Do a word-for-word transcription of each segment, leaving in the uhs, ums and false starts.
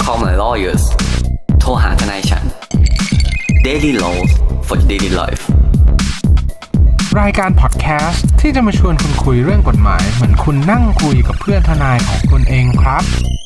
Call my lawyers โทรหาทนายฉัน Daily Laws for Daily Life รายการพอดแคสต์ที่จะมาชวนคุณคุยเรื่องกฎหมายเหมือนคุณนั่งคุยกับเพื่อนทนายของคุณเองครับ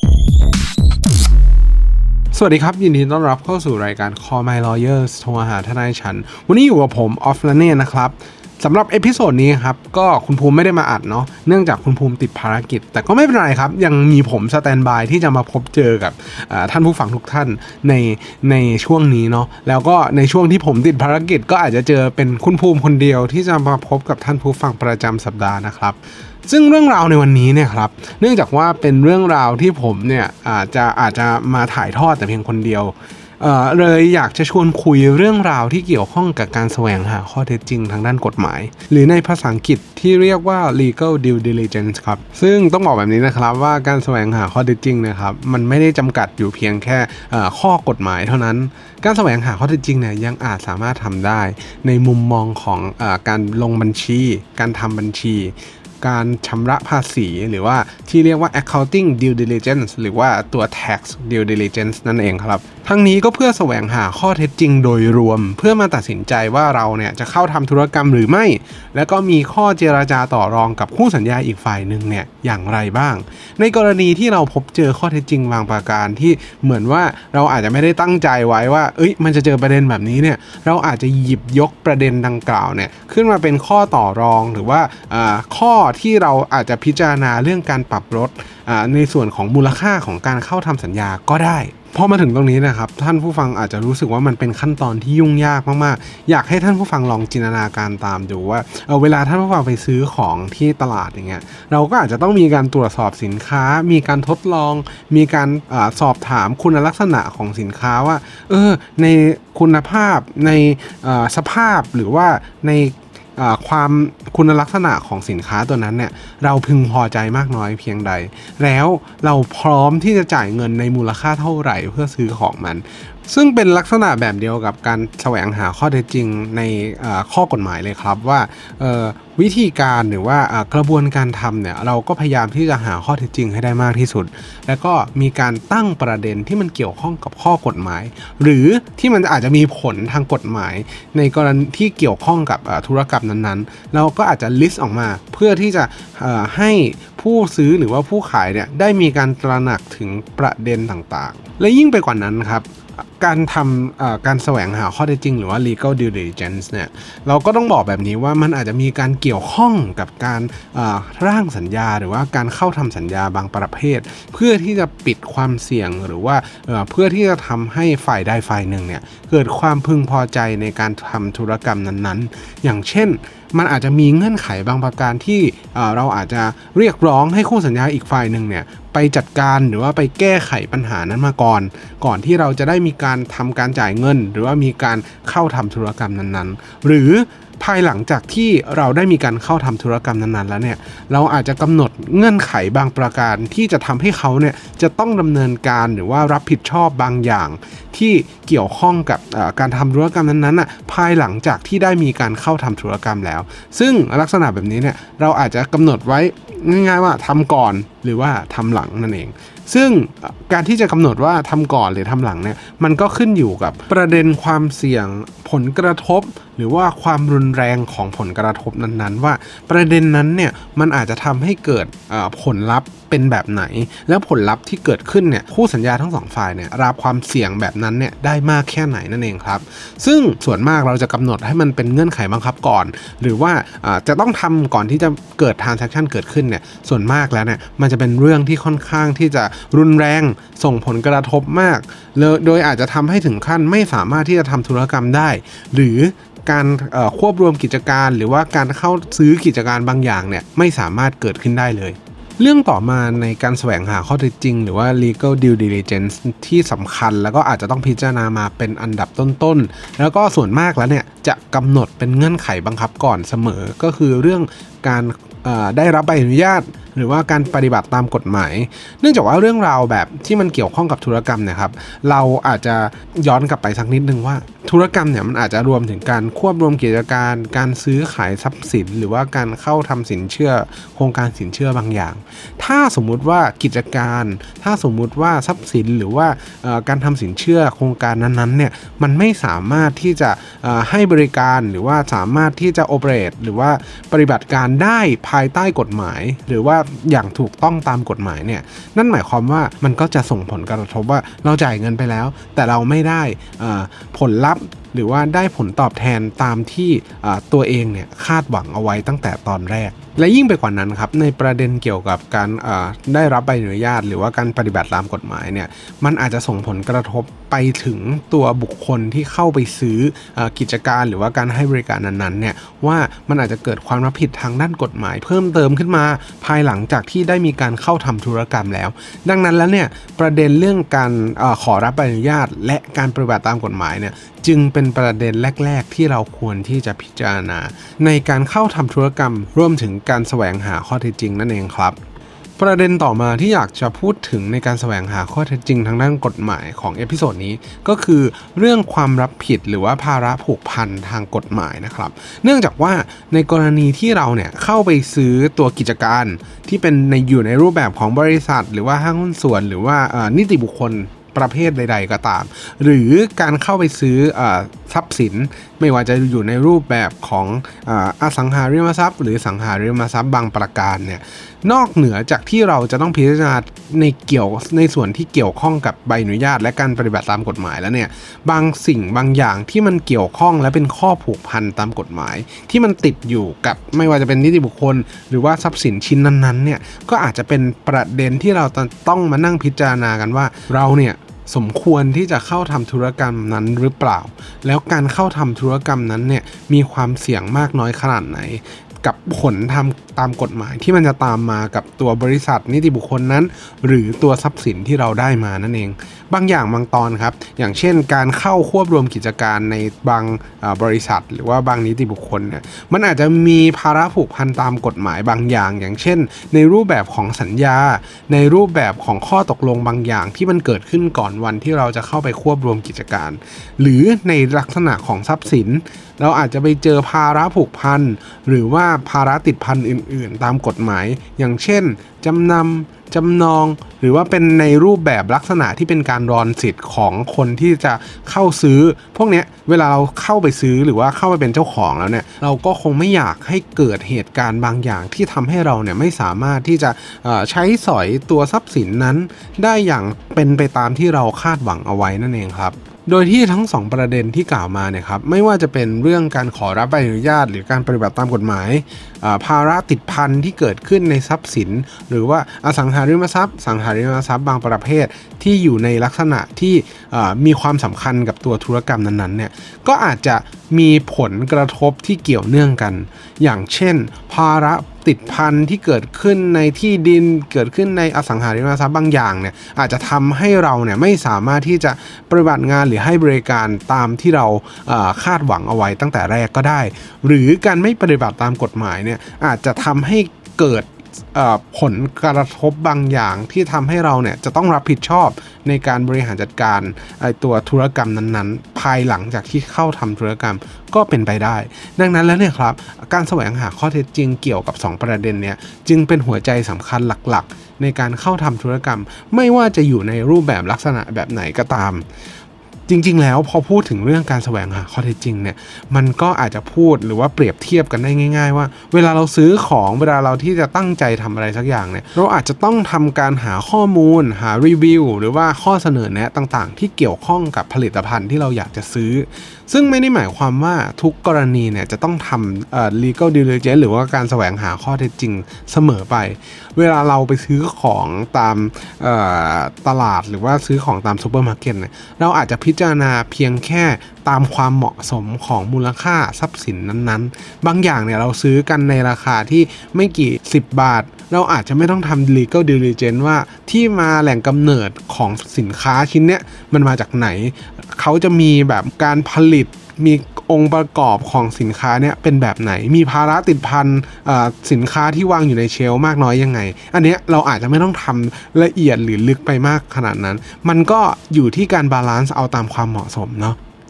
สวัสดีครับยินดีต้อนรับเข้าสู่รายการ Call my lawyers โทรหาทนายฉันวันนี้อยู่กับผมออฟและเน่นะครับสำหรับเอพิโซดนี้ครับก็คุณภูมิไม่ได้มาอัดเนาะเนื่องจากคุณภูมิติดภารกิจแต่ก็ไม่เป็นไรครับยังมีผมสแตนบายที่จะมาพบเจอกับท่านผู้ฟังทุกท่านในในช่วงนี้เนาะแล้วก็ในช่วงที่ผมติดภารกิจก็อาจจะเจอเป็นคุณภูมิคนเดียวที่จะมาพบกับท่านผู้ฟังประจำสัปดาห์นะครับซึ่งเรื่องราวในวันนี้เนี่ยครับเนื่องจากว่าเป็นเรื่องราวที่ผมเนี่ยอาจจะอาจจะมาถ่ายทอดแต่เพียงคนเดียวเอ่อเลยอยากจะชวนคุยเรื่องราวที่เกี่ยวข้องกับการแสวงหาข้อเท็จจริงทางด้านกฎหมายหรือในภาษาอังกฤษที่เรียกว่า legal due diligence ครับซึ่งต้องบอกแบบนี้นะครับว่าการแสวงหาข้อเท็จจริงนะครับมันไม่ได้จำกัดอยู่เพียงแค่ข้อกฎหมายเท่านั้นการแสวงหาข้อเท็จจริงเนี่ยยังอาจสามารถทำได้ในมุมมองของเอ่อการลงบัญชีการทำบัญชีการชำระภาษีหรือว่าที่เรียกว่า accounting due diligence หรือว่าตัว tax due diligence นั่นเองครับทั้งนี้ก็เพื่อแสวงหาข้อเท็จจริงโดยรวมเพื่อมาตัดสินใจว่าเราเนี่ยจะเข้าทำธุรกรรมหรือไม่แล้วก็มีข้อเจรจาต่อรองกับคู่สัญญาอีกฝ่ายหนึ่งเนี่ยอย่างไรบ้างในกรณีที่เราพบเจอข้อเท็จจริงบางประการที่เหมือนว่าเราอาจจะไม่ได้ตั้งใจไว้ว่าเอ้ยมันจะเจอประเด็นแบบนี้เนี่ยเราอาจจะหยิบยกประเด็นดังกล่าวเนี่ยขึ้นมาเป็นข้อต่อรองหรือว่าข้อที่เราอาจจะพิจารณาเรื่องการปรับลดในส่วนของมูลค่าของการเข้าทำสัญญาก็ได้พอมาถึงตรงนี้นะครับท่านผู้ฟังอาจจะรู้สึกว่ามันเป็นขั้นตอนที่ยุ่งยากมากๆอยากให้ท่านผู้ฟังลองจินตนาการตามดูว่าเออเวลาท่านผู้ฟังไปซื้อของที่ตลาดอย่างเงี้ยเราก็อาจจะต้องมีการตรวจสอบสินค้ามีการทดลองมีการอาสอบถามคุณลักษณะของสินค้าว่าเออในคุณภาพในสภาพหรือว่าในความคุณลักษณะของสินค้าตัวนั้นเนี่ยเราพึงพอใจมากน้อยเพียงใดแล้วเราพร้อมที่จะจ่ายเงินในมูลค่าเท่าไหร่เพื่อซื้อของมันซึ่งเป็นลักษณะแบบเดียวกับการแสวงหาข้อเท็จจริงในข้อกฎหมายเลยครับว่าวิธีการหรือว่ากระบวนการทำเนี่ยเราก็พยายามที่จะหาข้อเท็จจริงให้ได้มากที่สุดแล้วก็มีการตั้งประเด็นที่มันเกี่ยวข้องกับข้อกฎหมายหรือที่มันอาจจะมีผลทางกฎหมายในกรณีที่เกี่ยวข้องกับธุรกรรมนั้นๆเราก็อาจจะ list ออกมาเพื่อที่จะให้ผู้ซื้อหรือว่าผู้ขายเนี่ยได้มีการตระหนักถึงประเด็นต่างๆและยิ่งไปกว่านั้นครับการทำการแสวงหาข้อเท็จจริงหรือว่า legal due diligence เนี่ยเราก็ต้องบอกแบบนี้ว่ามันอาจจะมีการเกี่ยวข้องกับการร่างสัญญาหรือว่าการเข้าทำสัญญาบางประเภทเพื่อที่จะปิดความเสี่ยงหรือว่าเพื่อที่จะทำให้ฝ่ายใดฝ่ายหนึ่งเนี่ยเกิดความพึงพอใจในการทำธุรกรรมนั้นๆอย่างเช่นมันอาจจะมีเงื่อนไขบางประการที่เราอาจจะเรียกร้องให้คู่สัญญาอีกฝ่ายหนึ่งเนี่ยไปจัดการหรือว่าไปแก้ไขปัญหานั้นมาก่อนก่อนที่เราจะได้มีการทำการจ่ายเงินหรือว่ามีการเข้าทำธุรกรรมนั้นๆหรือภายหลังจากที่เราได้มีการเข้าทำธุรกรรมนั้นๆแล้วเนี่ยเราอาจจะกำหนดเงื่อนไขบางประการที่จะทำให้เขาเนี่ยจะต้องดำเนินการหรือว่ารับผิดชอบบางอย่างที่เกี่ยวข้องกับการทำธุรกรรมนั้นๆน่ะภายหลังจากที่ได้มีการเข้าทำธุรกรรมแล้วซึ่งลักษณะแบบนี้เนี่ยเราอาจจะกำหนดไว้ง่ายๆว่าทำก่อนหรือว่าทำหลังนั่นเองซึ่งการที่จะกำหนดว่าทำก่อนหรือทำหลังเนี่ยมันก็ขึ้นอยู่กับประเด็นความเสี่ยงผลกระทบหรือว่าความรุนแรงของผลกระทบนั้นๆว่าประเด็นนั้นเนี่ยมันอาจจะทำให้เกิดผลลัพธ์เป็นแบบไหนแล้วผลลัพธ์ที่เกิดขึ้นเนี่ยคู่สัญญาทั้งสองฝ่ายเนี่ยรับความเสี่ยงแบบนั้นเนี่ยได้มากแค่ไหนนั่นเองครับซึ่งส่วนมากเราจะกำหนดให้มันเป็นเงื่อนไขบังคับก่อนหรือว่าจะต้องทำก่อนที่จะเกิด transaction เกิดขึ้นเนี่ยส่วนมากแล้วเนี่ยมันจะเป็นเรื่องที่ค่อนข้างที่จะรุนแรงส่งผลกระทบมากโดยอาจจะทำให้ถึงขั้นไม่สามารถที่จะทำธุรกรรมได้หรือการควบรวมกิจการหรือว่าการเข้าซื้อกิจการบางอย่างเนี่ยไม่สามารถเกิดขึ้นได้เลยเรื่องต่อมาในการแสวงหาข้อเท็จจริงหรือว่า legal due diligence ที่สำคัญแล้วก็อาจจะต้องพิจารณามาเป็นอันดับต้นๆแล้วก็ส่วนมากแล้วเนี่ยจะกำหนดเป็นเงื่อนไขบังคับก่อนเสมอก็คือเรื่องการได้รับใบอนุญาตหรือว่าการปฏิบัติตามกฎหมายเนื่องจากว่าเรื่องราวแบบที่มันเกี่ยวข้องกับธุรกรรมเนี่ยครับเราอาจจะย้อนกลับไปสักนิดนึงว่าธุรกรรมเนี่ยมันอาจจะรวมถึงการควบรวมกิจการการซื้อขายทรัพย์สินหรือว่าการเข้าทำสินเชื่อโครงการสินเชื่อบางอย่างถ้าสมมุติว่ากิจการถ้าสมมุติว่าทรัพย์สินหรือว่าการทำสินเชื่อโครงการนั้นๆเนี่ยมันไม่สามารถที่จะให้บริการหรือว่าสามารถที่จะโอเปเรตหรือว่าปฏิบัติการได้ภายใต้กฎหมายหรือว่าอย่างถูกต้องตามกฎหมายเนี่ยนั่นหมายความว่ามันก็จะส่งผลกระทบว่าเราจ่ายเงินไปแล้วแต่เราไม่ได้ผลลัพธ์หรือว่าได้ผลตอบแทนตามที่ตัวเองเนี่ยคาดหวังเอาไว้ตั้งแต่ตอนแรกและยิ่งไปกว่านั้นครับในประเด็นเกี่ยวกับการได้รับใบอนุญาตหรือว่าการปฏิบัติตามกฎหมายเนี่ยมันอาจจะส่งผลกระทบไปถึงตัวบุคคลที่เข้าไปซื้อกิจการหรือว่าการให้บริการนั้นๆเนี่ยว่ามันอาจจะเกิดความรับผิดทางด้านกฎหมายเพิ่มเติมขึ้นมาภายหลังจากที่ได้มีการเข้าทำธุรกรรมแล้วดังนั้นแล้วเนี่ยประเด็นเรื่องการขอรับใบอนุญาตและการปฏิบัติตามกฎหมายเนี่ยจึงเป็นประเด็นแรกๆที่เราควรที่จะพิจารณาในการเข้าทำธุรกรรมรวมถึงการแสวงหาข้อเท็จจริงนั่นเองครับประเด็นต่อมาที่อยากจะพูดถึงในการแสวงหาข้อเท็จจริงทางด้านกฎหมายของเอพิโซดนี้ก็คือเรื่องความรับผิดหรือว่าภาระผูกพันทางกฎหมายนะครับเนื่องจากว่าในกรณีที่เราเนี่ยเข้าไปซื้อตัวกิจการที่เป็นในอยู่ในรูปแบบของบริษัทหรือว่าห้างหุ้นส่วนหรือว่านิติบุคคลประเภทใดๆก็ตามหรือการเข้าไปซื้อทรัพย์สินไม่ว่าจะอยู่ในรูปแบบของอสังหาริมทรัพย์หรือสังหาริมทรัพย์บางประการเนี่ยนอกเหนือจากที่เราจะต้องพิจารณาในเกี่ยวในส่วนที่เกี่ยวข้องกับใบอนุญาตและการปฏิบัติตามกฎหมายแล้วเนี่ยบางสิ่งบางอย่างที่มันเกี่ยวข้องและเป็นข้อผูกพันตามกฎหมายที่มันติดอยู่กับไม่ว่าจะเป็นนิติบุคคลหรือว่าทรัพย์สินชิ้นนั้นๆเนี่ยก็อาจจะเป็นประเด็นที่เราต้องมานั่งพิจารณากันว่าเราเนี่ยสมควรที่จะเข้าทำธุรกรรมนั้นหรือเปล่าแล้วการเข้าทำธุรกรรมนั้นเนี่ยมีความเสี่ยงมากน้อยขนาดไหนกับผลทำตามกฎหมายที่มันจะตามมากับตัวบริษัทนิติบุคคลนั้นหรือตัวทรัพย์สินที่เราได้มานั่นเองบางอย่างบางตอนครับอย่างเช่นการเข้าควบรวมกิจการในบางบริษัทหรือว่าบางนิติบุคคลเนี่ยมันอาจจะมีภาระผูกพันตามกฎหมายบางอย่างอย่างเช่นในรูปแบบของสัญญาในรูปแบบของข้อตกลงบางอย่างที่มันเกิดขึ้นก่อนวันที่เราจะเข้าไปควบรวมกิจการหรือในลักษณะของทรัพย์สินเราอาจจะไปเจอภาระผูกพันหรือว่าภาระติดพันอื่นๆตามกฎหมายอย่างเช่นจำนำจำนองหรือว่าเป็นในรูปแบบลักษณะที่เป็นการรอนสิทธิ์ของคนที่จะเข้าซื้อพวกนี้เวลาเราเข้าไปซื้อหรือว่าเข้าไปเป็นเจ้าของแล้วเนี่ยเราก็คงไม่อยากให้เกิดเหตุการณ์บางอย่างที่ทำให้เราเนี่ยไม่สามารถที่จะใช้สอยตัวทรัพย์สินนั้นได้อย่างเป็นไปตามที่เราคาดหวังเอาไว้นั่นเองครับโดยที่ทั้งสองประเด็นที่กล่าวมาเนี่ยครับไม่ว่าจะเป็นเรื่องการขอรับใบอนุญาตหรือการปฏิบัติตามกฎหมายภาระติดพันที่เกิดขึ้นในทรัพย์สินหรือว่าอสังหาริมทรัพย์สังหาริมทรัพย์บางประเภทที่อยู่ในลักษณะที่มีความสำคัญกับตัวธุรกรรมนั้นๆเนี่ยก็อาจจะมีผลกระทบที่เกี่ยวเนื่องกันอย่างเช่นภาระติดพันที่เกิดขึ้นในที่ดินเกิดขึ้นในอสังหาริมทรัพย์บางอย่างเนี่ยอาจจะทำให้เราเนี่ยไม่สามารถที่จะปฏิบัติงานหรือให้บริการตามที่เราคาดหวังเอาไว้ตั้งแต่แรกก็ได้หรือการไม่ปฏิบัติตามกฎหมายเนี่ยอาจจะทำให้เกิดผลกระทบบางอย่างที่ทำให้เราเนี่ยจะต้องรับผิดชอบในการบริหารจัดการไอ้ตัวธุรกรรมนั้นๆภายหลังจากที่เข้าทำธุรกรรมก็เป็นไปได้ดังนั้นแล้วเนี่ยครับการแสวงหาข้อเท็จจริงเกี่ยวกับสองประเด็นเนี้ยจึงเป็นหัวใจสำคัญหลักๆในการเข้าทำธุรกรรมไม่ว่าจะอยู่ในรูปแบบลักษณะแบบไหนก็ตามจริงๆแล้วพอพูดถึงเรื่องการแสวงหาข้อเท็จจริงเนี่ยมันก็อาจจะพูดหรือว่าเปรียบเทียบกันได้ง่ายๆว่าเวลาเราซื้อของเวลาเราที่จะตั้งใจทำอะไรสักอย่างเนี่ยเราอาจจะต้องทำการหาข้อมูลหารีวิวหรือว่าข้อเสนอแนะต่างๆที่เกี่ยวข้องกับผลิตภัณฑ์ที่เราอยากจะซื้อซึ่งไม่ได้หมายความว่าทุกกรณีเนี่ยจะต้องทำเอ่อ legal diligence หรือว่าการแสวงหาข้อเท็จจริงเสมอไปเวลาเราไปซื้อของตามเอ่อตลาดหรือว่าซื้อของตามซูเปอร์มาร์เก็ตเนี่ยเราอาจจะพิจารณาเพียงแค่ตามความเหมาะสมของมูลค่าทรัพย์สินนั้นๆบางอย่างเนี่ยเราซื้อกันในราคาที่ไม่กี่สิบบาทเราอาจจะไม่ต้องทำ legal diligence ว่าที่มาแหล่งกำเนิดของสินค้าชิ้นเนี้ยมันมาจากไหนเขาจะมีแบบการผลิตมีองค์ประกอบของสินค้าเนี่ยเป็นแบบไหนมีภาระติดพันสินค้าที่วางอยู่ในเชลฟ์มากน้อยยังไงอันเนี้ยเราอาจจะไม่ต้องทำละเอียดหรือลึกไปมากขนาดนั้นมันก็อยู่ที่การบาลานซ์เอาตามความเหมาะสมเนาะ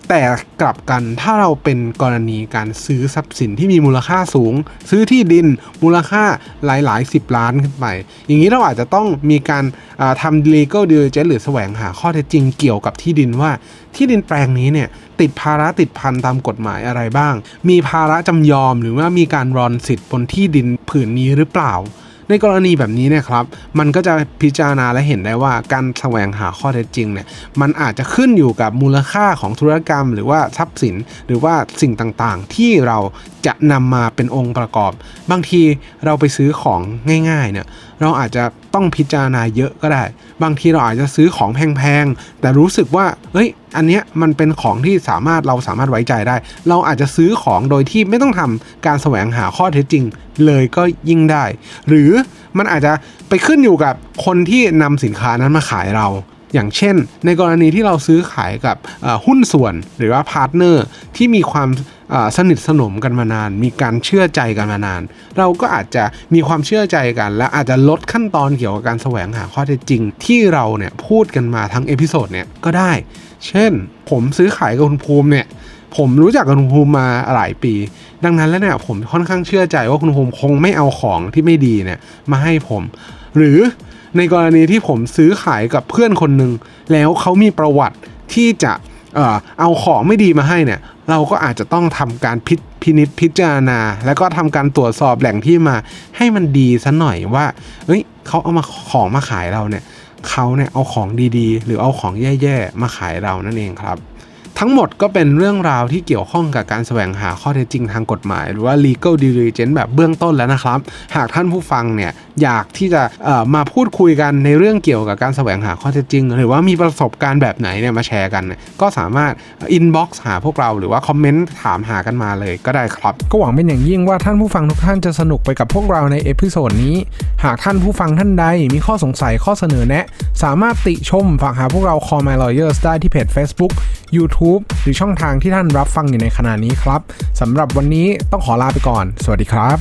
แต่กลับกันถ้าเราเป็นกรณีการซื้อทรัพย์สินที่มีมูลค่าสูงซื้อที่ดินมูลค่าหลายๆสิบล้านขึ้นไปอย่างนี้เราอาจจะต้องมีการทำ legal diligence หรือแสวงหาข้อเท็จจริงเกี่ยวกับที่ดินว่าที่ดินแปลงนี้เนี่ยติดภาระติดพันตามกฎหมายอะไรบ้างมีภาระจำยอมหรือว่ามีการรอนสิทธิ์บนที่ดินผืนนี้หรือเปล่าในกรณีแบบนี้เนี่ยครับมันก็จะพิจารณาและเห็นได้ว่าการแสวงหาข้อเท็จจริงเนี่ยมันอาจจะขึ้นอยู่กับมูลค่าของธุรกรรมหรือว่าทรัพย์สินหรือว่าสิ่งต่างๆที่เราจะนำมาเป็นองค์ประกอบบางทีเราไปซื้อของง่ายๆเนี่ยเราอาจจะต้องพิจารณาเยอะก็ได้บางทีเราอาจจะซื้อของแพงๆแต่รู้สึกว่าเฮ้ยอันเนี้ยมันเป็นของที่สามารถเราสามารถไว้ใจได้เราอาจจะซื้อของโดยที่ไม่ต้องทำการแสวงหาข้อเท็จจริงเลยก็ยิ่งได้หรือมันอาจจะไปขึ้นอยู่กับคนที่นำสินค้านั้นมาขายเราอย่างเช่นในกรณีที่เราซื้อขายกับหุ้นส่วนหรือว่าพาร์ทเนอร์ที่มีความสนิทสนมกันมานานมีการเชื่อใจกันมานานเราก็อาจจะมีความเชื่อใจกันและอาจจะลดขั้นตอนเกี่ยวกับการแสวงหาข้อเท็จจริงที่เราเนี่ยพูดกันมาทั้งเอพิโซดเนี่ยก็ได้เช่นผมซื้อขายกับคุณภูมิเนี่ยผมรู้จักกับคุณภูมิมาหลายปีดังนั้นแล้วเนี่ยผมค่อนข้างเชื่อใจว่าคุณภูมิคงไม่เอาของที่ไม่ดีเนี่ยมาให้ผมหรือในกรณีที่ผมซื้อขายกับเพื่อนคนหนึ่งแล้วเขามีประวัติที่จะเอ่อเอาของไม่ดีมาให้เนี่ยเราก็อาจจะต้องทำการพิพินิจพิจารณาแล้วก็ทำการตรวจสอบแหล่งที่มาให้มันดีซะหน่อยว่าเฮ้ยเขาเอามาของมาขายเราเนี่ยเขาเนี่ยเอาของดีๆหรือเอาของแย่ๆมาขายเรานั่นเองครับทั้งหมดก็เป็นเรื่องราวที่เกี่ยวข้องกับการแสวงหาข้อเท็จจริงทางกฎหมายหรือว่า legal diligence แบบเบื้องต้นแล้วนะครับหากท่านผู้ฟังเนี่ยอยากที่จะเอ่อมาพูดคุยกันในเรื่องเกี่ยวกับการแสวงหาข้อเท็จจริงหรือว่ามีประสบการณ์แบบไหนเนี่ยมาแชร์กันก็สามารถ inbox หาพวกเราหรือว่าคอมเมนต์ถามหากันมาเลยก็ได้ครับก็หวังเป็นอย่างยิ่งว่าท่านผู้ฟังทุกท่านจะสนุกไปกับพวกเราในเอพิโซดนี้หากท่านผู้ฟังท่านใดมีข้อสงสัยข้อเสนอแนะสามารถติชมฝากหาพวกเรา Call My Lawyers ได้ที่เพจ Facebook YouTube หรือช่องทางที่ท่านรับฟังอยู่ในขณะนี้ครับสำหรับวันนี้ต้องขอลาไปก่อนสวัสดีครับ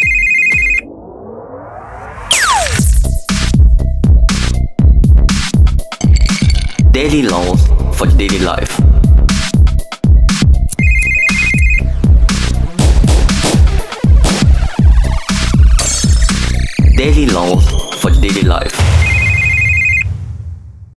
Daily Laws for Daily Life Daily Laws for Daily Life